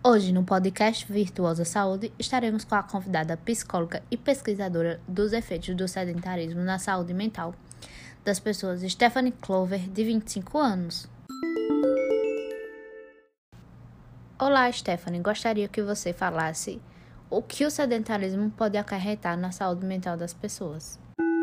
Hoje, no podcast Virtuosa Saúde, estaremos com a convidada psicóloga e pesquisadora dos efeitos do sedentarismo na saúde mental das pessoas, Stephanie Clover, de 25 anos. Olá, Stephanie. Gostaria que você falasse o que o sedentarismo pode acarretar na saúde mental das pessoas.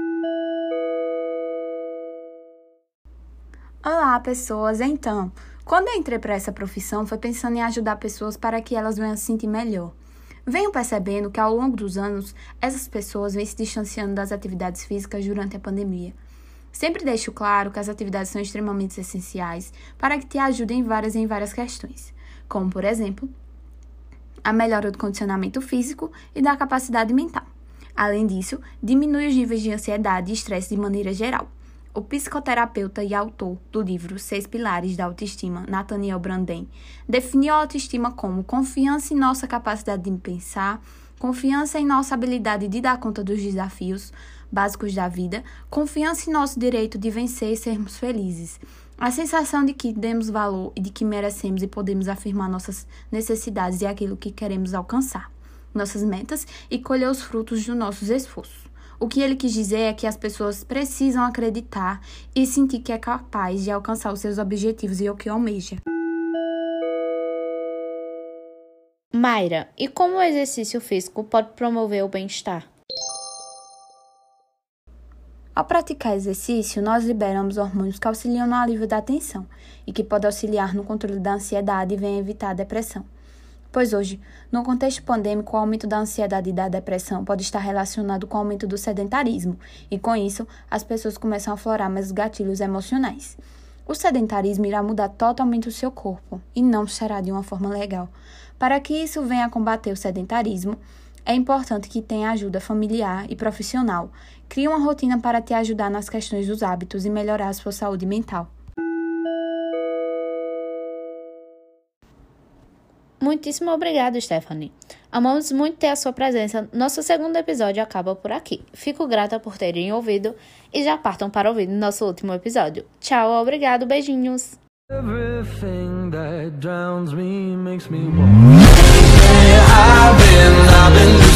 Olá, pessoas! Então, quando eu entrei para essa profissão, foi pensando em ajudar pessoas para que elas venham se sentir melhor. Venho percebendo que ao longo dos anos, essas pessoas vêm se distanciando das atividades físicas durante a pandemia. Sempre deixo claro que as atividades são extremamente essenciais para que te ajudem em várias questões, como, por exemplo, a melhora do condicionamento físico e da capacidade mental. Além disso, diminui os níveis de ansiedade e estresse de maneira geral. O psicoterapeuta e autor do livro 6 Pilares da Autoestima, Nathaniel Branden, definiu a autoestima como confiança em nossa capacidade de pensar, confiança em nossa habilidade de dar conta dos desafios básicos da vida, confiança em nosso direito de vencer e sermos felizes, a sensação de que demos valor e de que merecemos e podemos afirmar nossas necessidades e aquilo que queremos alcançar, nossas metas e colher os frutos dos nossos esforços. O que ele quis dizer é que as pessoas precisam acreditar e sentir que é capaz de alcançar os seus objetivos e o que almeja. Mayra, e como o exercício físico pode promover o bem-estar? Ao praticar exercício, nós liberamos hormônios que auxiliam no alívio da tensão e que podem auxiliar no controle da ansiedade e vêm evitar a depressão. Pois hoje, no contexto pandêmico, o aumento da ansiedade e da depressão pode estar relacionado com o aumento do sedentarismo, e com isso, as pessoas começam a aflorar mais gatilhos emocionais. O sedentarismo irá mudar totalmente o seu corpo, e não será de uma forma legal. Para que isso venha a combater o sedentarismo, é importante que tenha ajuda familiar e profissional. Crie uma rotina para te ajudar nas questões dos hábitos e melhorar a sua saúde mental. Muitíssimo obrigado, Stephanie. Amamos muito ter a sua presença. Nosso segundo episódio acaba por aqui. Fico grata por terem ouvido e já partam para ouvir nosso último episódio. Tchau, obrigado, beijinhos. Everything that drowns me makes me want. I've been